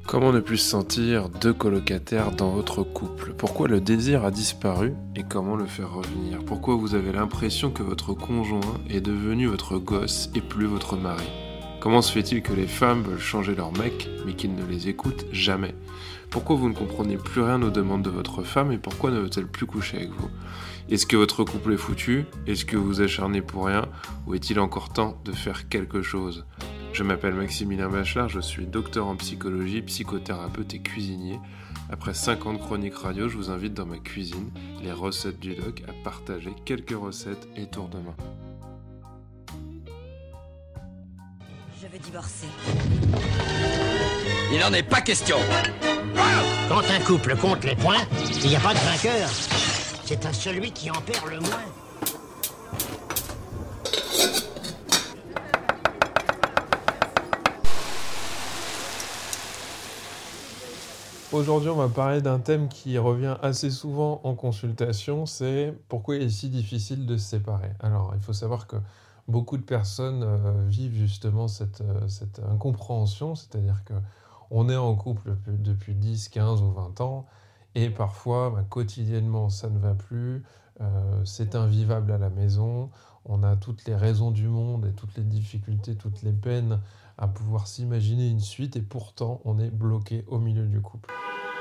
Comment ne plus se sentir deux colocataires dans votre couple? Pourquoi le désir a disparu et comment le faire revenir? Pourquoi vous avez l'impression que votre conjoint est devenu votre gosse et plus votre mari? Comment se fait-il que les femmes veulent changer leur mec mais qu'ils ne les écoutent jamais? Pourquoi vous ne comprenez plus rien aux demandes de votre femme et pourquoi ne veut-elle plus coucher avec vous? Est-ce que votre couple est foutu? Est-ce que vous vous acharnez pour rien? Ou est-il encore temps de faire quelque chose? Je m'appelle Maximilien Bachelard, je suis docteur en psychologie, psychothérapeute et cuisinier. Après 50 chroniques radio, je vous invite dans ma cuisine, les recettes du doc, à partager quelques recettes et tours de main. Je vais divorcer. Il n'en est pas question. Quand un couple compte les points, il n'y a pas de vainqueur. C'est à celui qui en perd le moins. Aujourd'hui, on va parler d'un thème qui revient assez souvent en consultation, c'est pourquoi il est si difficile de se séparer. Alors, il faut savoir que beaucoup de personnes vivent justement cette incompréhension, c'est-à-dire qu'on est en couple depuis 10, 15 ou 20 ans, et parfois, quotidiennement, ça ne va plus, c'est invivable à la maison, on a toutes les raisons du monde et toutes les difficultés, toutes les peines à pouvoir s'imaginer une suite, et pourtant, on est bloqué au milieu du couple.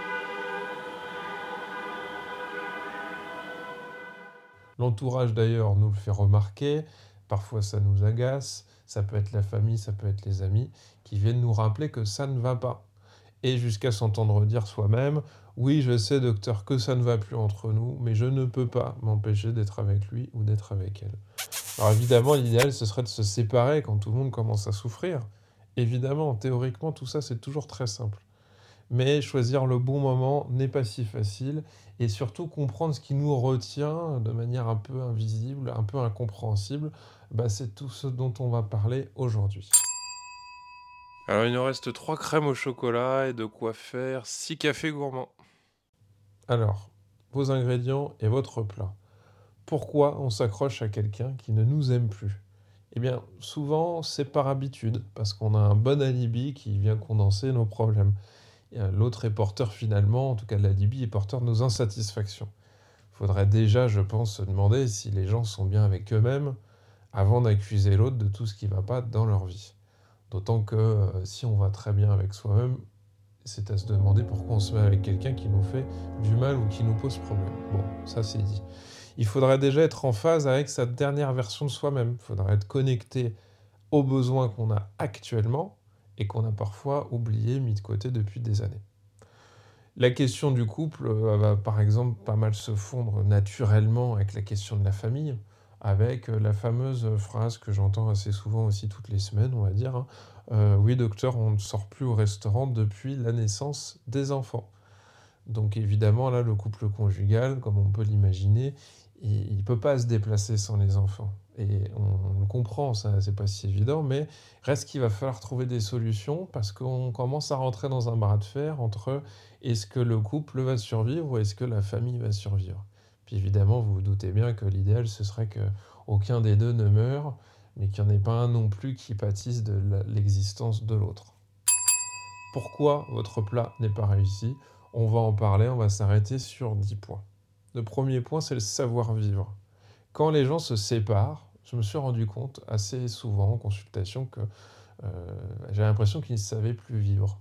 L'entourage d'ailleurs nous le fait remarquer, parfois ça nous agace, ça peut être la famille, ça peut être les amis, qui viennent nous rappeler que ça ne va pas. Et jusqu'à s'entendre dire soi-même, oui je sais docteur que ça ne va plus entre nous, mais je ne peux pas m'empêcher d'être avec lui ou d'être avec elle. Alors évidemment l'idéal ce serait de se séparer quand tout le monde commence à souffrir. Évidemment, théoriquement tout ça c'est toujours très simple. Mais choisir le bon moment n'est pas si facile, et surtout comprendre ce qui nous retient de manière un peu invisible, un peu incompréhensible, c'est tout ce dont on va parler aujourd'hui. Alors il nous reste 3 crèmes au chocolat et de quoi faire 6 cafés gourmands. Alors, vos ingrédients et votre plat. Pourquoi on s'accroche à quelqu'un qui ne nous aime plus? Eh bien, souvent c'est par habitude, parce qu'on a un bon alibi qui vient condenser nos problèmes. Et l'autre est porteur finalement, en tout cas l'alibi est porteur de nos insatisfactions. Il faudrait déjà, je pense, se demander si les gens sont bien avec eux-mêmes avant d'accuser l'autre de tout ce qui ne va pas dans leur vie. D'autant que si on va très bien avec soi-même, c'est à se demander pourquoi on se met avec quelqu'un qui nous fait du mal ou qui nous pose problème. Bon, ça c'est dit. Il faudrait déjà être en phase avec sa dernière version de soi-même. Il faudrait être connecté aux besoins qu'on a actuellement et qu'on a parfois oublié, mis de côté depuis des années. La question du couple va par exemple pas mal se fondre naturellement avec la question de la famille, avec la fameuse phrase que j'entends assez souvent aussi toutes les semaines, on va dire, oui docteur, on ne sort plus au restaurant depuis la naissance des enfants. Donc évidemment là, le couple conjugal, comme on peut l'imaginer, il ne peut pas se déplacer sans les enfants. Et on le comprend, ça c'est pas si évident, mais reste qu'il va falloir trouver des solutions parce qu'on commence à rentrer dans un bras de fer entre est-ce que le couple va survivre ou est-ce que la famille va survivre. Puis évidemment, vous vous doutez bien que l'idéal ce serait qu'aucun des deux ne meure, mais qu'il n'y en ait pas un non plus qui pâtisse de l'existence de l'autre. Pourquoi votre plat n'est pas réussi? On va en parler, on va s'arrêter sur 10 points. Le premier point, c'est le savoir-vivre. Quand les gens se séparent, je me suis rendu compte assez souvent en consultation que j'ai l'impression qu'ils ne savaient plus vivre.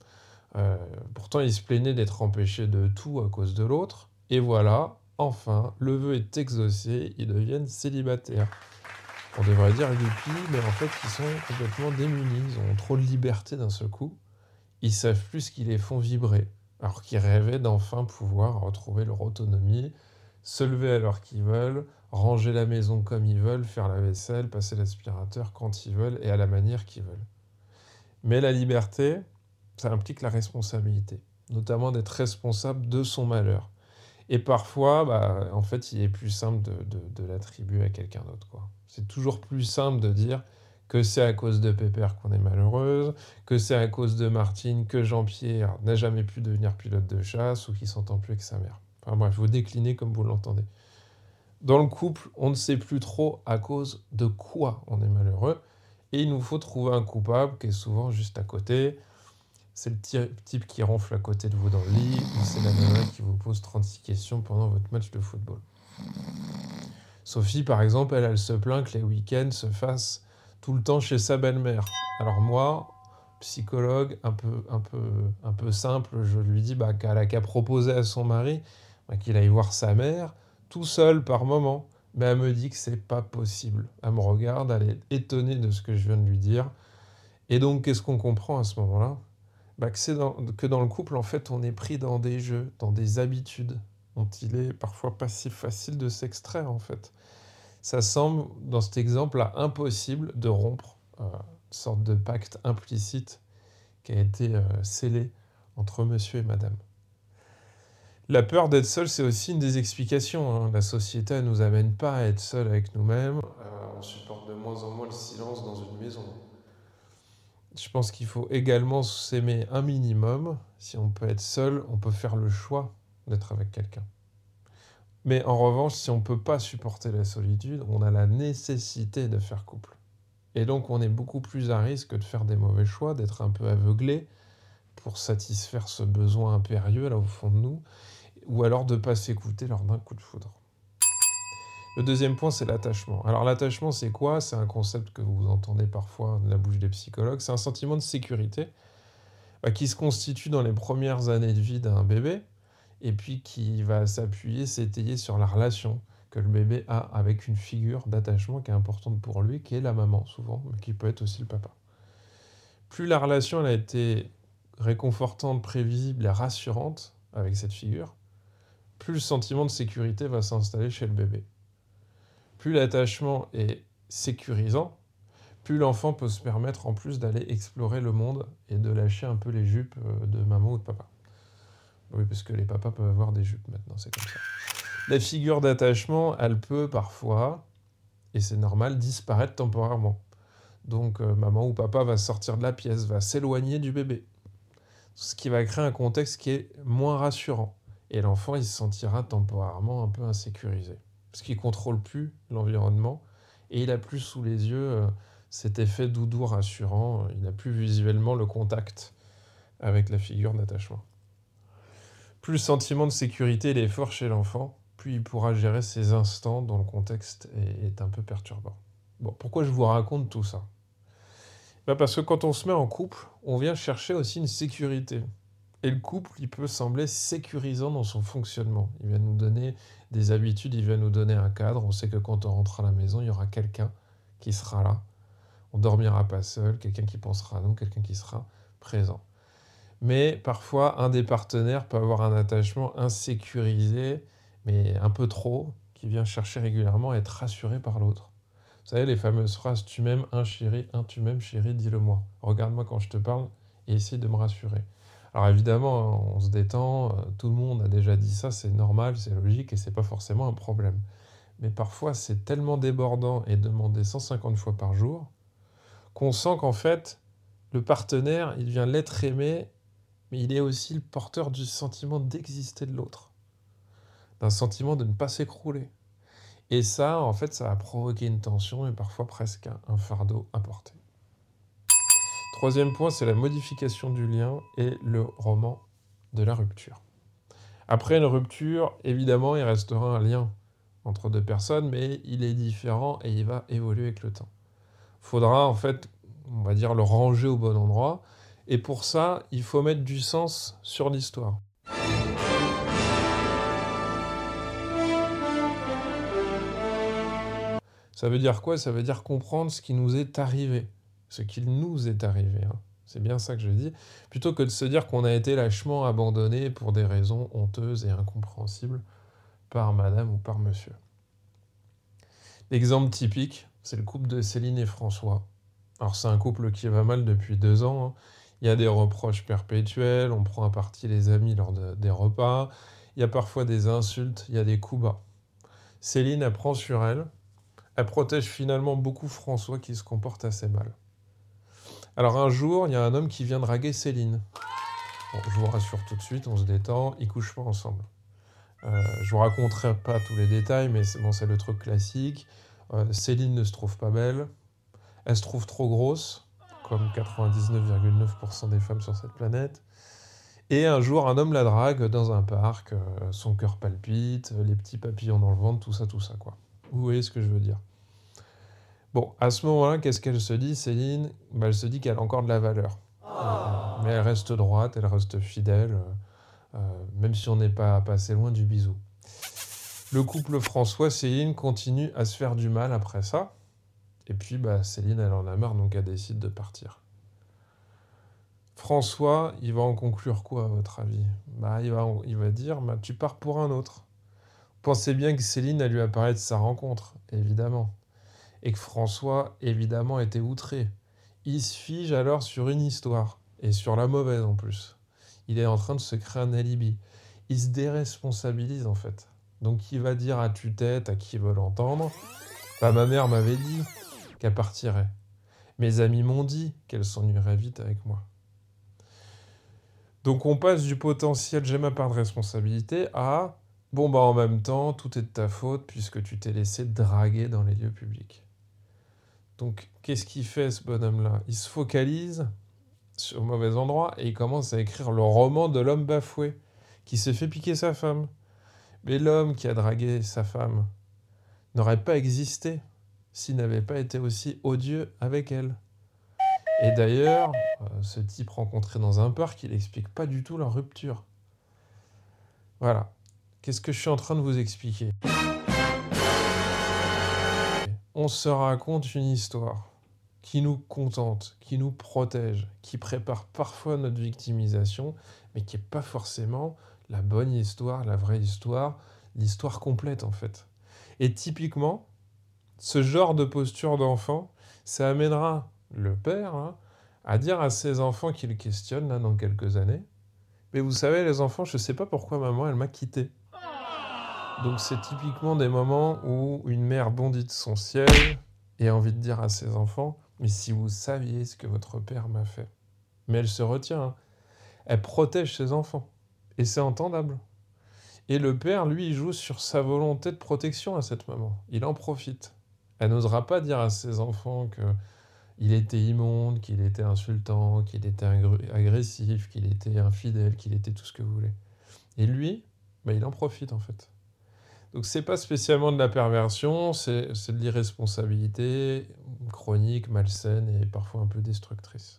Pourtant, ils se plaignaient d'être empêchés de tout à cause de l'autre. Et voilà, enfin, le vœu est exaucé, ils deviennent célibataires. On devrait dire youpi, mais en fait, ils sont complètement démunis. Ils ont trop de liberté d'un seul coup. Ils savent plus ce qui les font vibrer, alors qu'ils rêvaient d'enfin pouvoir retrouver leur autonomie, se lever à l'heure qu'ils veulent, ranger la maison comme ils veulent, faire la vaisselle, passer l'aspirateur quand ils veulent et à la manière qu'ils veulent. Mais la liberté, ça implique la responsabilité, notamment d'être responsable de son malheur. Et parfois, en fait, il est plus simple de l'attribuer à quelqu'un d'autre, quoi. C'est toujours plus simple de dire que c'est à cause de Pépère qu'on est malheureuse, que c'est à cause de Martine que Jean-Pierre n'a jamais pu devenir pilote de chasse ou qu'il s'entend plus avec sa mère. Enfin bref, vous déclinez comme vous l'entendez. Dans le couple, on ne sait plus trop à cause de quoi on est malheureux, et il nous faut trouver un coupable qui est souvent juste à côté. C'est le type qui ronfle à côté de vous dans le lit, ou c'est la nana qui vous pose 36 questions pendant votre match de football. Sophie, par exemple, elle se plaint que les week-ends se fassent tout le temps chez sa belle-mère. Alors moi, psychologue un peu simple, je lui dis qu'elle a qu'à proposer à son mari qu'il aille voir sa mère tout seul par moment. Mais elle me dit que c'est pas possible. Elle me regarde, elle est étonnée de ce que je viens de lui dire. Et donc, qu'est-ce qu'on comprend à ce moment-là ? Que dans le couple, en fait, on est pris dans des jeux, dans des habitudes dont il est parfois pas si facile de s'extraire, en fait. Ça semble, dans cet exemple-là, impossible de rompre une sorte de pacte implicite qui a été scellé entre monsieur et madame. La peur d'être seul, c'est aussi une des explications. La société ne nous amène pas à être seul avec nous-mêmes. On supporte de moins en moins le silence dans une maison. Je pense qu'il faut également s'aimer un minimum. Si on peut être seul, on peut faire le choix d'être avec quelqu'un. Mais en revanche, si on ne peut pas supporter la solitude, on a la nécessité de faire couple. Et donc, on est beaucoup plus à risque de faire des mauvais choix, d'être un peu aveuglé pour satisfaire ce besoin impérieux là au fond de nous, ou alors de ne pas s'écouter lors d'un coup de foudre. Le deuxième point, c'est l'attachement. Alors l'attachement, c'est quoi ? C'est un concept que vous entendez parfois de la bouche des psychologues. C'est un sentiment de sécurité qui se constitue dans les premières années de vie d'un bébé, et puis qui va s'étayer sur la relation que le bébé a avec une figure d'attachement qui est importante pour lui, qui est la maman souvent, mais qui peut être aussi le papa. Plus la relation elle a été réconfortante, prévisible et rassurante avec cette figure, plus le sentiment de sécurité va s'installer chez le bébé. Plus l'attachement est sécurisant, plus l'enfant peut se permettre en plus d'aller explorer le monde et de lâcher un peu les jupes de maman ou de papa. Oui, parce que les papas peuvent avoir des jupes maintenant, c'est comme ça. La figure d'attachement, elle peut parfois, et c'est normal, disparaître temporairement. Donc maman ou papa va sortir de la pièce, va s'éloigner du bébé. Ce qui va créer un contexte qui est moins rassurant. Et l'enfant, il se sentira temporairement un peu insécurisé. Parce qu'il ne contrôle plus l'environnement et il n'a plus sous les yeux cet effet doudou rassurant. Il n'a plus visuellement le contact avec la figure d'attachement. Plus le sentiment de sécurité il est fort chez l'enfant, plus il pourra gérer ces instants dont le contexte est un peu perturbant. Bon, pourquoi je vous raconte tout ça ? Parce que quand on se met en couple, on vient chercher aussi une sécurité. Et le couple, il peut sembler sécurisant dans son fonctionnement. Il va nous donner des habitudes, il va nous donner un cadre. On sait que quand on rentre à la maison, il y aura quelqu'un qui sera là. On ne dormira pas seul, quelqu'un qui pensera à nous, quelqu'un qui sera présent. Mais parfois, un des partenaires peut avoir un attachement insécurisé, mais un peu trop, qui vient chercher régulièrement à être rassuré par l'autre. Vous savez, les fameuses phrases « tu m'aimes, chéri, tu m'aimes, chéri, dis-le-moi. Regarde-moi quand je te parle et essaie de me rassurer. » Alors évidemment, on se détend, tout le monde a déjà dit ça, c'est normal, c'est logique et c'est pas forcément un problème. Mais parfois, c'est tellement débordant et demandé 150 fois par jour qu'on sent qu'en fait, le partenaire, il vient l'être aimé, mais il est aussi le porteur du sentiment d'exister de l'autre, d'un sentiment de ne pas s'écrouler. Et ça, en fait, ça va provoquer une tension et parfois presque un fardeau à porter. Troisième point, c'est la modification du lien et le roman de la rupture. Après une rupture, évidemment, il restera un lien entre deux personnes, mais il est différent et il va évoluer avec le temps. Il faudra, en fait, on va dire, le ranger au bon endroit. Et pour ça, il faut mettre du sens sur l'histoire. Ça veut dire quoi ? Ça veut dire comprendre ce qui nous est arrivé. Ce qu'il nous est arrivé. C'est bien ça que je dis. Plutôt que de se dire qu'on a été lâchement abandonné pour des raisons honteuses et incompréhensibles par madame ou par monsieur. L'exemple typique, c'est le couple de Céline et François. Alors c'est un couple qui va mal depuis 2 ans. Il y a des reproches perpétuels, on prend à partie les amis lors des repas. Il y a parfois des insultes, il y a des coups bas. Céline, elle prend sur elle. Elle protège finalement beaucoup François qui se comporte assez mal. Alors un jour, il y a un homme qui vient draguer Céline. Je vous rassure tout de suite, on se détend, ils couchent pas ensemble. Je vous raconterai pas tous les détails, mais c'est le truc classique. Céline ne se trouve pas belle, elle se trouve trop grosse, comme 99,9% des femmes sur cette planète. Et un jour, un homme la drague dans un parc, son cœur palpite, les petits papillons dans le ventre, tout ça, quoi. Vous voyez ce que je veux dire. Bon, à ce moment-là, qu'est-ce qu'elle se dit, Céline ? Elle se dit qu'elle a encore de la valeur. Mais elle reste droite, elle reste fidèle, même si on n'est pas passé loin du bisou. Le couple François-Céline continue à se faire du mal après ça. Et puis, Céline, elle en a marre, donc elle décide de partir. François, il va en conclure quoi, à votre avis ? Il va dire, tu pars pour un autre. Pensez bien que Céline, elle lui a parlé de sa rencontre, évidemment. Et que François, évidemment, était outré. Il se fige alors sur une histoire, et sur la mauvaise en plus. Il est en train de se créer un alibi. Il se déresponsabilise, en fait. Donc il va dire à tue-tête, à qui veut l'entendre, ma mère m'avait dit qu'elle partirait. Mes amis m'ont dit qu'elle s'ennuierait vite avec moi. Donc on passe du potentiel j'ai ma part de responsabilité à en même temps, tout est de ta faute puisque tu t'es laissé draguer dans les lieux publics. Donc qu'est-ce qu'il fait ce bonhomme-là ? Il se focalise au mauvais endroit et il commence à écrire le roman de l'homme bafoué qui s'est fait piquer sa femme. Mais l'homme qui a dragué sa femme n'aurait pas existé s'il n'avait pas été aussi odieux avec elle. Et d'ailleurs, ce type rencontré dans un parc, il n'explique pas du tout leur rupture. Voilà. Qu'est-ce que je suis en train de vous expliquer ? On se raconte une histoire qui nous contente, qui nous protège, qui prépare parfois notre victimisation, mais qui n'est pas forcément la bonne histoire, la vraie histoire, l'histoire complète en fait. Et typiquement, ce genre de posture d'enfant, ça amènera le père à dire à ses enfants qui le questionnent là, dans quelques années, mais vous savez les enfants, je ne sais pas pourquoi maman elle m'a quitté. Donc c'est typiquement des moments où une mère bondit de son siège et a envie de dire à ses enfants, mais si vous saviez ce que votre père m'a fait. Mais elle se retient, elle protège ses enfants. Et c'est entendable. Et le père, lui, il joue sur sa volonté de protection à cette maman. Il en profite. Elle n'osera pas dire à ses enfants qu'il était immonde, qu'il était insultant, qu'il était agressif, qu'il était infidèle, qu'il était tout ce que vous voulez. Et lui, il en profite en fait. Donc c'est pas spécialement de la perversion, c'est de l'irresponsabilité chronique, malsaine et parfois un peu destructrice.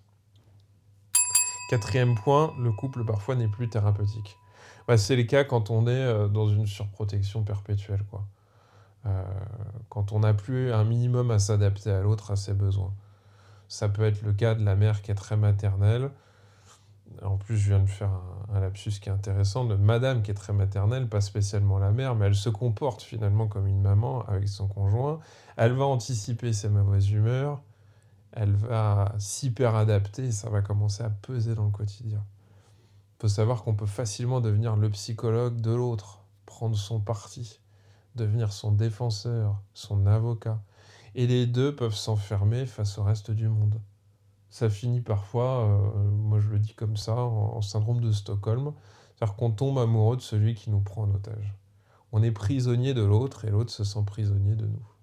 4e point, le couple parfois n'est plus thérapeutique. C'est le cas quand on est dans une surprotection perpétuelle, quoi. Quand on n'a plus un minimum à s'adapter à l'autre, à ses besoins. Ça peut être le cas de la mère qui est très maternelle. En plus, je viens de faire un lapsus qui est intéressant, de madame qui est très maternelle, pas spécialement la mère, mais elle se comporte finalement comme une maman avec son conjoint. Elle va anticiper ses mauvaises humeurs, elle va s'hyper adapter et ça va commencer à peser dans le quotidien. Il faut savoir qu'on peut facilement devenir le psychologue de l'autre, prendre son parti, devenir son défenseur, son avocat. Et les deux peuvent s'enfermer face au reste du monde. Ça finit parfois, moi je le dis comme ça, en syndrome de Stockholm. C'est-à-dire qu'on tombe amoureux de celui qui nous prend en otage. On est prisonnier de l'autre et l'autre se sent prisonnier de nous.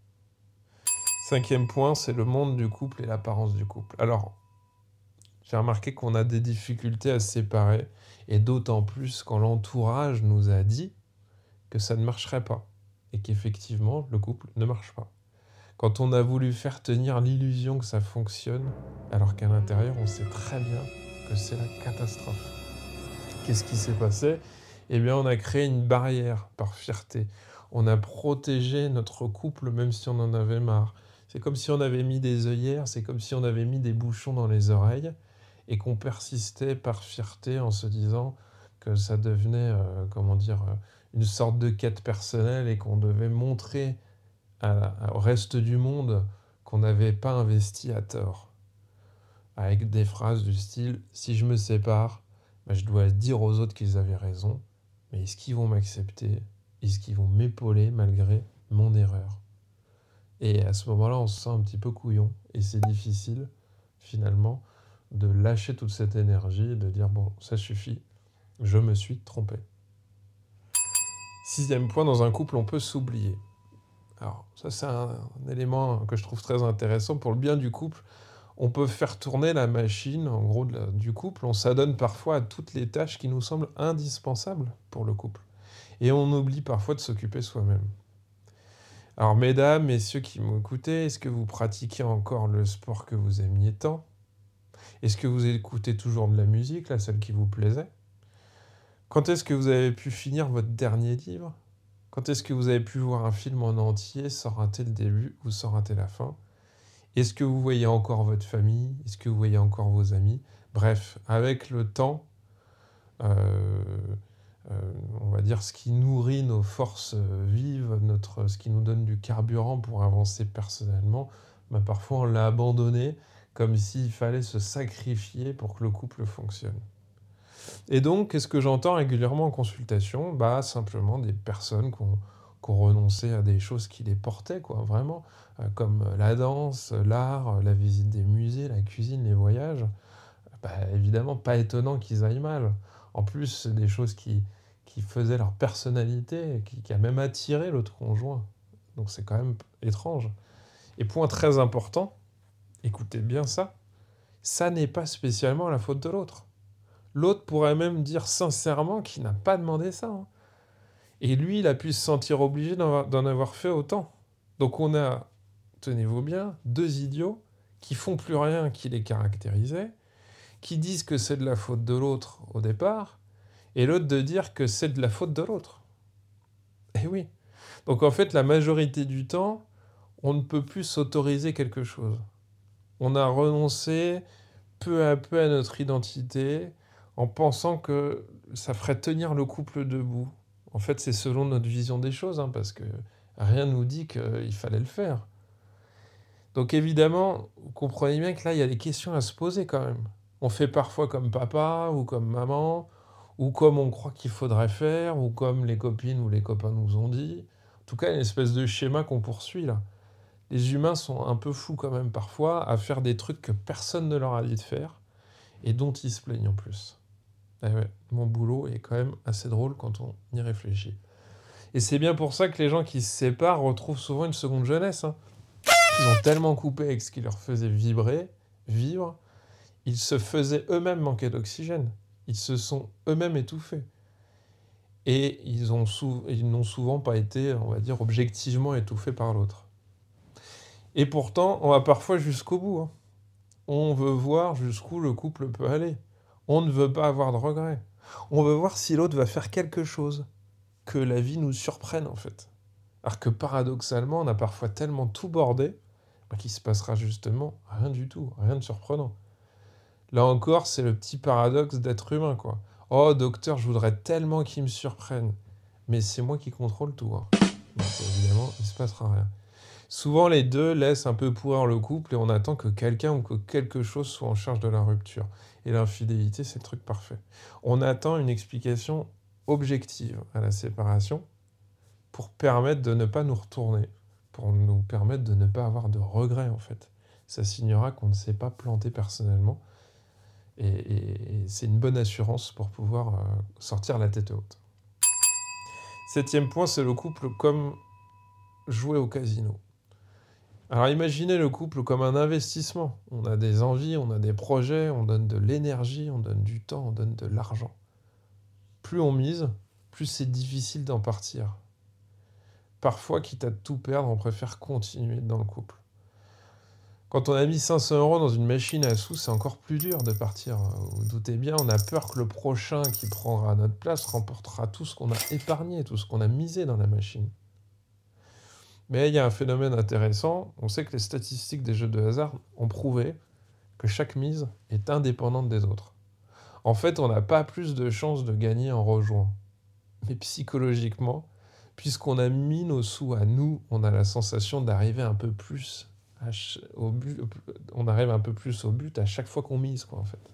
5e point, c'est le monde du couple et l'apparence du couple. Alors, j'ai remarqué qu'on a des difficultés à se séparer, et d'autant plus quand l'entourage nous a dit que ça ne marcherait pas, et qu'effectivement, le couple ne marche pas. Quand on a voulu faire tenir l'illusion que ça fonctionne, alors qu'à l'intérieur, on sait très bien que c'est la catastrophe. Qu'est-ce qui s'est passé ? On a créé une barrière par fierté. On a protégé notre couple même si on en avait marre. C'est comme si on avait mis des œillères, c'est comme si on avait mis des bouchons dans les oreilles et qu'on persistait par fierté en se disant que ça devenait, une sorte de quête personnelle et qu'on devait montrer au reste du monde qu'on n'avait pas investi à tort. Avec des phrases du style « Si je me sépare, je dois dire aux autres qu'ils avaient raison, mais est-ce qu'ils vont m'accepter ? Est-ce qu'ils vont m'épauler malgré mon erreur ?» Et à ce moment-là, on se sent un petit peu couillon. Et c'est difficile, finalement, de lâcher toute cette énergie et de dire « Bon, ça suffit, je me suis trompé. » 6e point, dans un couple, on peut s'oublier. Alors, ça, c'est un élément que je trouve très intéressant. Pour le bien du couple, On peut faire tourner la machine, en gros, du couple. On s'adonne parfois à toutes les tâches qui nous semblent indispensables pour le couple. Et on oublie parfois de s'occuper soi-même. Alors, mesdames, messieurs qui m'écoutez, est-ce que vous pratiquez encore le sport que vous aimiez tant? Est-ce que vous écoutez toujours de la musique, là, celle qui vous plaisait? Quand est-ce que vous avez pu finir votre dernier livre? Quand est-ce que vous avez pu voir un film en entier sans rater le début ou sans rater la fin? Est-ce que vous voyez encore votre famille? Est-ce que vous voyez encore vos amis? Bref, avec le temps, euh, on va dire ce qui nourrit nos forces vives, ce qui nous donne du carburant pour avancer personnellement, parfois on l'a abandonné comme s'il fallait se sacrifier pour que le couple fonctionne. Et donc, qu'est-ce que j'entends régulièrement en consultation? Simplement des personnes qui ont renoncé à des choses qui les portaient, quoi, vraiment, comme la danse, l'art, la visite des musées, la cuisine, les voyages. Évidemment, pas étonnant qu'ils aillent mal. En plus, c'est des choses qui faisaient leur personnalité, qui a même attiré l'autre conjoint. Donc c'est quand même étrange. Et point très important, écoutez bien ça n'est pas spécialement la faute de l'autre. L'autre pourrait même dire sincèrement qu'il n'a pas demandé ça, hein. Et lui, il a pu se sentir obligé d'en avoir fait autant. Donc on a, tenez-vous bien, deux idiots qui font plus rien qui les caractérisait, qui disent que c'est de la faute de l'autre au départ, et l'autre de dire que c'est de la faute de l'autre. Eh oui. Donc en fait, la majorité du temps, on ne peut plus s'autoriser quelque chose. On a renoncé peu à peu à notre identité en pensant que ça ferait tenir le couple debout. En fait, c'est selon notre vision des choses, hein, parce que rien ne nous dit qu'il fallait le faire. Donc évidemment, vous comprenez bien que là, il y a des questions à se poser quand même. On fait parfois comme papa ou comme maman, ou comme on croit qu'il faudrait faire, ou comme les copines ou les copains nous ont dit. En tout cas, il y a une espèce de schéma qu'on poursuit là. Les humains sont un peu fous quand même parfois à faire des trucs que personne ne leur a dit de faire, et dont ils se plaignent en plus. Eh ouais, mon boulot est quand même assez drôle quand on y réfléchit. Et c'est bien pour ça que les gens qui se séparent retrouvent souvent une seconde jeunesse, hein. Ils ont tellement coupé avec ce qui leur faisait vivre, ils se faisaient eux-mêmes manquer d'oxygène. Ils se sont eux-mêmes étouffés. Et ils n'ont souvent pas été, on va dire, objectivement étouffés par l'autre. Et pourtant, on va parfois jusqu'au bout, hein. On veut voir jusqu'où le couple peut aller. On ne veut pas avoir de regrets. On veut voir si l'autre va faire quelque chose. Que la vie nous surprenne, en fait. Alors que paradoxalement, on a parfois tellement tout bordé qu'il se passera justement rien du tout, rien de surprenant. Là encore, c'est le petit paradoxe d'être humain, quoi. Oh, docteur, je voudrais tellement qu'il me surprenne. Mais c'est moi qui contrôle tout, hein. Donc évidemment, il ne se passera rien. Souvent, les deux laissent un peu pourrir le couple et on attend que quelqu'un ou que quelque chose soit en charge de la rupture. Et l'infidélité, c'est le truc parfait. On attend une explication objective à la séparation pour permettre de ne pas nous retourner, pour nous permettre de ne pas avoir de regrets, en fait. Ça signera qu'on ne s'est pas planté personnellement et c'est une bonne assurance pour pouvoir sortir la tête haute. 7e point, c'est le couple comme jouer au casino. Alors imaginez le couple comme un investissement. On a des envies, on a des projets, on donne de l'énergie, on donne du temps, on donne de l'argent. Plus on mise, plus c'est difficile d'en partir. Parfois, quitte à tout perdre, on préfère continuer dans le couple. Quand on a mis 500 € dans une machine à sous, c'est encore plus dur de partir. Vous vous doutez bien, on a peur que le prochain qui prendra notre place remportera tout ce qu'on a épargné, tout ce qu'on a misé dans la machine. Mais il y a un phénomène intéressant. On sait que les statistiques des jeux de hasard ont prouvé que chaque mise est indépendante des autres. En fait, on n'a pas plus de chances de gagner en rejouant. Mais psychologiquement, puisqu'on a mis nos sous à nous, on a la sensation d'arriver un peu plus au but. On arrive un peu plus au but à chaque fois qu'on mise, quoi, en fait.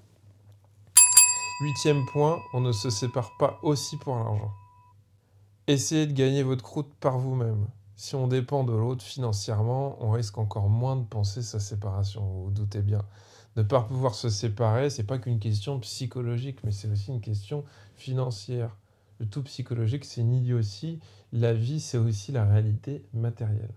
8e point, on ne se sépare pas aussi pour l'argent. Essayez de gagner votre croûte par vous-même. Si on dépend de l'autre financièrement, on risque encore moins de penser sa séparation, vous vous doutez bien. Ne pas pouvoir se séparer, c'est pas qu'une question psychologique, mais c'est aussi une question financière. Le tout psychologique, c'est une idiotie. La vie, c'est aussi la réalité matérielle.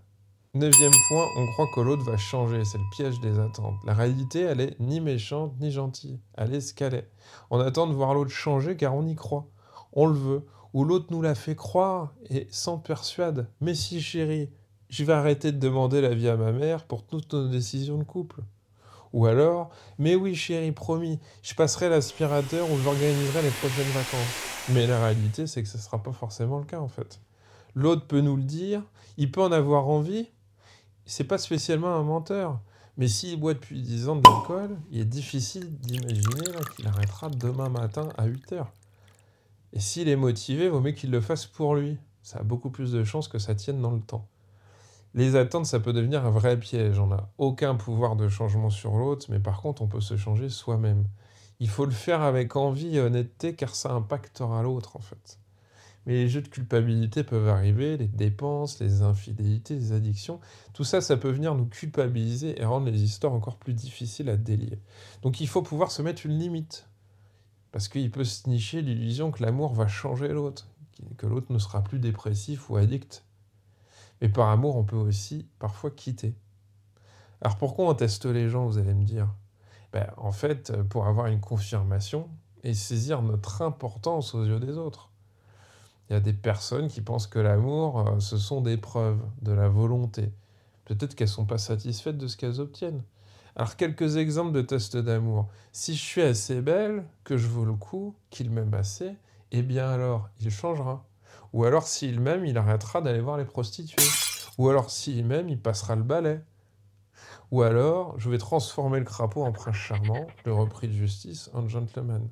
Neuvième point, on croit que l'autre va changer, c'est le piège des attentes. La réalité, elle est ni méchante ni gentille, elle est ce qu'elle est. On attend de voir l'autre changer car on y croit, on le veut, ou l'autre nous l'a fait croire et s'en persuade. Mais si chérie, je vais arrêter de demander l'avis à ma mère pour toutes nos décisions de couple. Ou alors, mais oui chérie, promis, je passerai l'aspirateur ou j'organiserai les prochaines vacances. Mais la réalité, c'est que ce ne sera pas forcément le cas en fait. L'autre peut nous le dire, il peut en avoir envie, c'est pas spécialement un menteur. Mais s'il boit depuis 10 ans d'alcool, il est difficile d'imaginer là, qu'il arrêtera demain matin à 8 heures. Et s'il est motivé, vaut mieux qu'il le fasse pour lui. Ça a beaucoup plus de chances que ça tienne dans le temps. Les attentes, ça peut devenir un vrai piège. On n'a aucun pouvoir de changement sur l'autre, mais par contre, on peut se changer soi-même. Il faut le faire avec envie et honnêteté, car ça impactera l'autre, en fait. Mais les jeux de culpabilité peuvent arriver, les dépenses, les infidélités, les addictions. Tout ça, ça peut venir nous culpabiliser et rendre les histoires encore plus difficiles à délier. Donc il faut pouvoir se mettre une limite. Parce qu'il peut se nicher l'illusion que l'amour va changer l'autre, que l'autre ne sera plus dépressif ou addict. Mais par amour, on peut aussi parfois quitter. Alors pourquoi on teste les gens, vous allez me dire? En fait, pour avoir une confirmation et saisir notre importance aux yeux des autres. Il y a des personnes qui pensent que l'amour, ce sont des preuves, de la volonté. Peut-être qu'elles ne sont pas satisfaites de ce qu'elles obtiennent. Alors, quelques exemples de tests d'amour. Si je suis assez belle, que je vaux le coup, qu'il m'aime assez, eh bien alors, il changera. Ou alors, s'il m'aime, il arrêtera d'aller voir les prostituées. Ou alors, s'il m'aime, il passera le balai. Ou alors, je vais transformer le crapaud en prince charmant, le repris de justice en gentleman.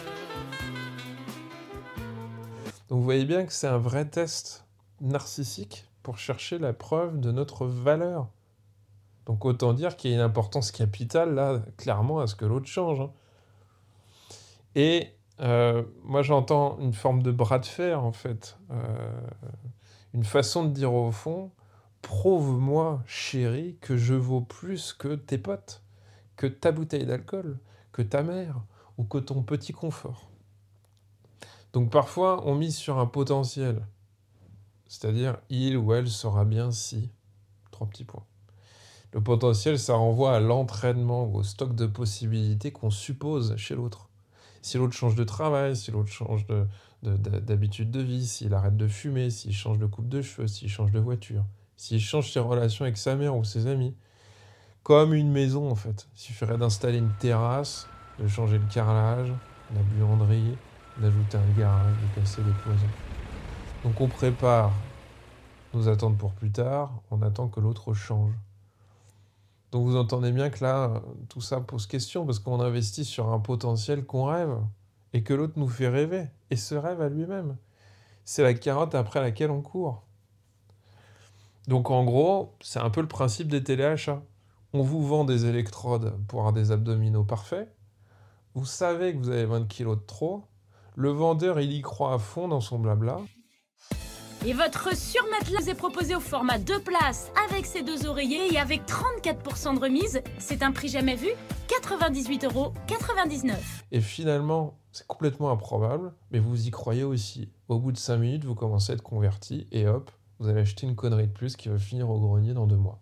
Donc vous voyez bien que c'est un vrai test narcissique pour chercher la preuve de notre valeur. Donc autant dire qu'il y a une importance capitale, là, clairement, à ce que l'autre change. Et moi, j'entends une forme de bras de fer, en fait. Une façon de dire au fond, prouve-moi, chérie, que je vaux plus que tes potes, que ta bouteille d'alcool, que ta mère, ou que ton petit confort. Donc parfois, on mise sur un potentiel. C'est-à-dire, il ou elle saura bien si. 3 petits points. Le potentiel, ça renvoie à l'entraînement ou au stock de possibilités qu'on suppose chez l'autre. Si l'autre change de travail, si l'autre change d'habitude de vie, s'il arrête de fumer, s'il change de coupe de cheveux, s'il change de voiture, s'il change ses relations avec sa mère ou ses amis. Comme une maison, en fait. Il suffirait d'installer une terrasse, de changer le carrelage, la buanderie, d'ajouter un garage, de casser les cloisons. Donc on prépare nos attentes pour plus tard, on attend que l'autre change. Donc vous entendez bien que là, tout ça pose question, parce qu'on investit sur un potentiel qu'on rêve, et que l'autre nous fait rêver, et se rêve à lui-même. C'est la carotte après laquelle on court. Donc en gros, c'est un peu le principe des téléachats. On vous vend des électrodes pour avoir des abdominaux parfaits, vous savez que vous avez 20 kilos de trop, le vendeur il y croit à fond dans son blabla. Et votre surmatelas vous est proposé au format 2 places avec ses 2 oreillers et avec 34% de remise. C'est un prix jamais vu, 98,99 €. Et finalement, c'est complètement improbable, mais vous y croyez aussi. Au bout de 5 minutes, vous commencez à être converti et hop, vous allez acheter une connerie de plus qui va finir au grenier dans 2 mois.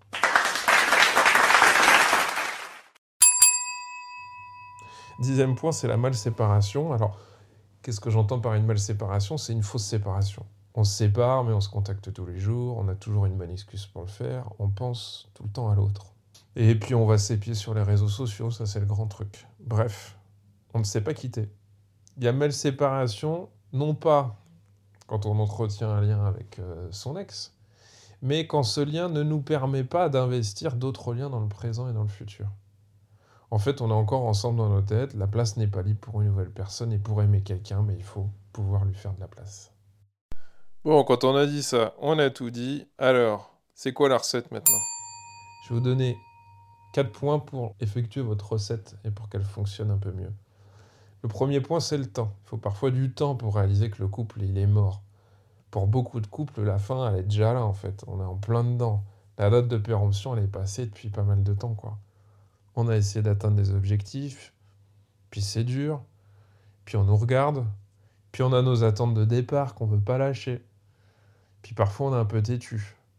Dixième point, c'est la mal-séparation. Alors, qu'est-ce que j'entends par une mal-séparation? C'est une fausse séparation. On se sépare, mais on se contacte tous les jours, on a toujours une bonne excuse pour le faire, on pense tout le temps à l'autre. Et puis on va s'épier sur les réseaux sociaux, ça c'est le grand truc. Bref, on ne sait pas quitter. Il y a mal-séparation, non pas quand on entretient un lien avec son ex, mais quand ce lien ne nous permet pas d'investir d'autres liens dans le présent et dans le futur. En fait, on est encore ensemble dans nos têtes, la place n'est pas libre pour une nouvelle personne, et pour aimer quelqu'un, mais il faut pouvoir lui faire de la place. Bon, quand on a dit ça, on a tout dit. Alors, c'est quoi la recette maintenant? Je vais vous donner 4 points pour effectuer votre recette et pour qu'elle fonctionne un peu mieux. Le premier point, c'est le temps. Il faut parfois du temps pour réaliser que le couple, il est mort. Pour beaucoup de couples, la fin, elle est déjà là, en fait. On est en plein dedans. La date de péremption, elle est passée depuis pas mal de temps, quoi. On a essayé d'atteindre des objectifs, puis c'est dur, puis on nous regarde, puis on a nos attentes de départ qu'on ne veut pas lâcher. Puis parfois, on est un peu têtu.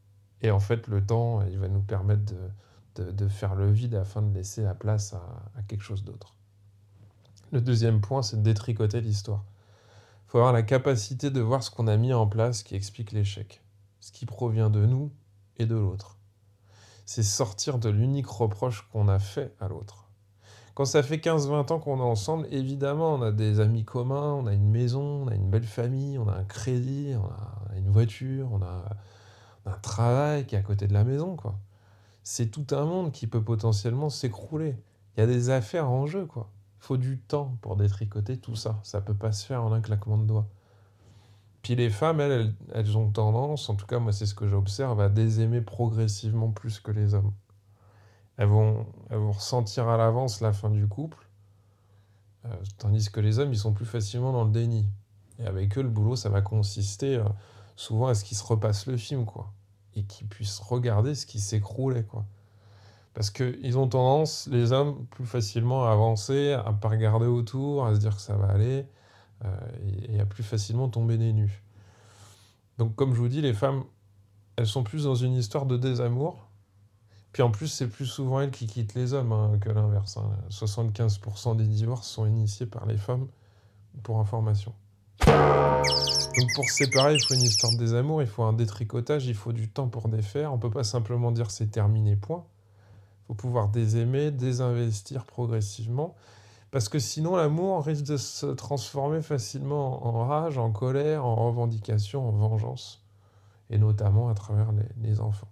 Et en fait, le temps, il va nous permettre de faire le vide afin de laisser la place à quelque chose d'autre. Le deuxième point, c'est de détricoter l'histoire. Il faut avoir la capacité de voir ce qu'on a mis en place qui explique l'échec. Ce qui provient de nous et de l'autre. C'est sortir de l'unique reproche qu'on a fait à l'autre. Quand ça fait 15-20 ans qu'on est ensemble, évidemment, on a des amis communs, on a une maison, on a une belle famille, on a un crédit, on a une voiture, on a un travail qui est à côté de la maison, quoi. C'est tout un monde qui peut potentiellement s'écrouler. Il y a des affaires en jeu, quoi. Il faut du temps pour détricoter tout ça. Ça peut pas se faire en un claquement de doigts. Puis les femmes, elles ont tendance, en tout cas moi c'est ce que j'observe, à désaimer progressivement plus que les hommes. Elles vont ressentir à l'avance la fin du couple, tandis que les hommes, ils sont plus facilement dans le déni. Et avec eux, le boulot, ça va consister souvent à ce qu'ils se repassent le film, quoi. Et qu'ils puissent regarder ce qui s'écroulait, quoi. Parce qu'ils ont tendance, les hommes, plus facilement à avancer, à ne pas regarder autour, à se dire que ça va aller, et à plus facilement tomber des nues. Donc comme je vous dis, les femmes, elles sont plus dans une histoire de désamour. Puis en plus, c'est plus souvent elles qui quittent les hommes que l'inverse. 75% des divorces sont initiés par les femmes, pour information. Donc pour se séparer, il faut une histoire de désamour, il faut un détricotage, il faut du temps pour défaire. On ne peut pas simplement dire c'est terminé, point. Il faut pouvoir désaimer, désinvestir progressivement. Parce que sinon, l'amour risque de se transformer facilement en rage, en colère, en revendication, en vengeance. Et notamment à travers les enfants.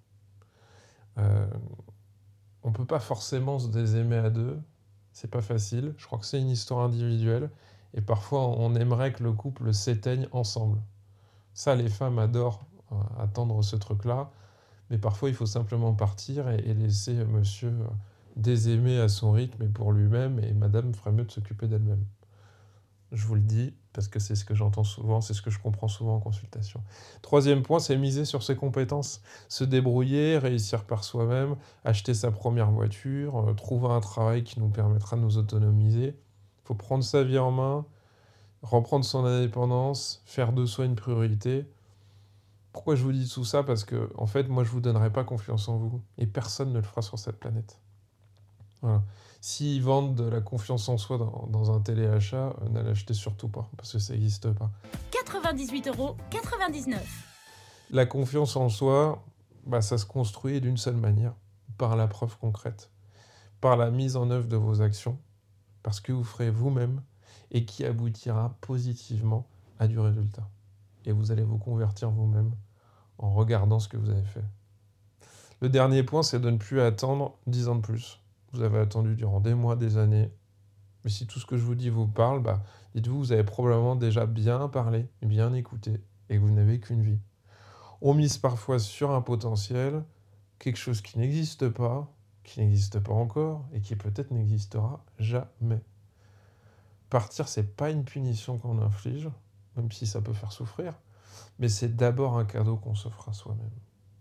On ne peut pas forcément se désaimer à deux. C'est pas facile. Je crois que c'est une histoire individuelle. Et parfois, on aimerait que le couple s'éteigne ensemble. Ça, les femmes adorent attendre ce truc-là. Mais parfois, il faut simplement partir et laisser monsieur désaimer à son rythme et pour lui-même. Et madame ferait mieux de s'occuper d'elle-même. Je vous le dis, parce que c'est ce que j'entends souvent, c'est ce que je comprends souvent en consultation. Troisième point, c'est miser sur ses compétences. Se débrouiller, réussir par soi-même, acheter sa première voiture, trouver un travail qui nous permettra de nous autonomiser. Il faut prendre sa vie en main, reprendre son indépendance, faire de soi une priorité. Pourquoi je vous dis tout ça ? Parce que, en fait, moi, je ne vous donnerai pas confiance en vous. Et personne ne le fera sur cette planète. Voilà. S'ils vendent de la confiance en soi dans un téléachat, ne l'achetez surtout pas, parce que ça n'existe pas. 98,99 €. La confiance en soi, ça se construit d'une seule manière, par la preuve concrète, par la mise en œuvre de vos actions, parce que vous ferez vous-même, et qui aboutira positivement à du résultat. Et vous allez vous convertir vous-même en regardant ce que vous avez fait. Le dernier point, c'est de ne plus attendre 10 ans de plus. Vous avez attendu durant des mois, des années. Mais si tout ce que je vous dis vous parle, dites-vous, vous avez probablement déjà bien parlé, bien écouté, et que vous n'avez qu'une vie. On mise parfois sur un potentiel, quelque chose qui n'existe pas encore, et qui peut-être n'existera jamais. Partir, c'est pas une punition qu'on inflige, même si ça peut faire souffrir, mais c'est d'abord un cadeau qu'on s'offre à soi-même.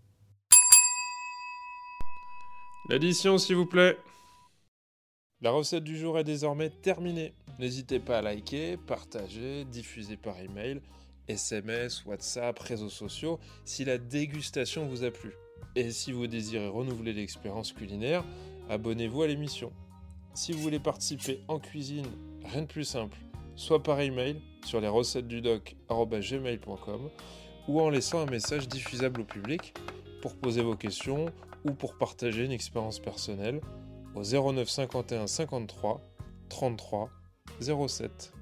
L'addition, s'il vous plaît. La recette du jour est désormais terminée. N'hésitez pas à liker, partager, diffuser par email, SMS, WhatsApp, réseaux sociaux, si la dégustation vous a plu. Et si vous désirez renouveler l'expérience culinaire, abonnez-vous à l'émission. Si vous voulez participer en cuisine, rien de plus simple, soit par email sur lesrecettesdudoc@gmail.com ou en laissant un message diffusable au public pour poser vos questions ou pour partager une expérience personnelle au 09 51 53 33 07.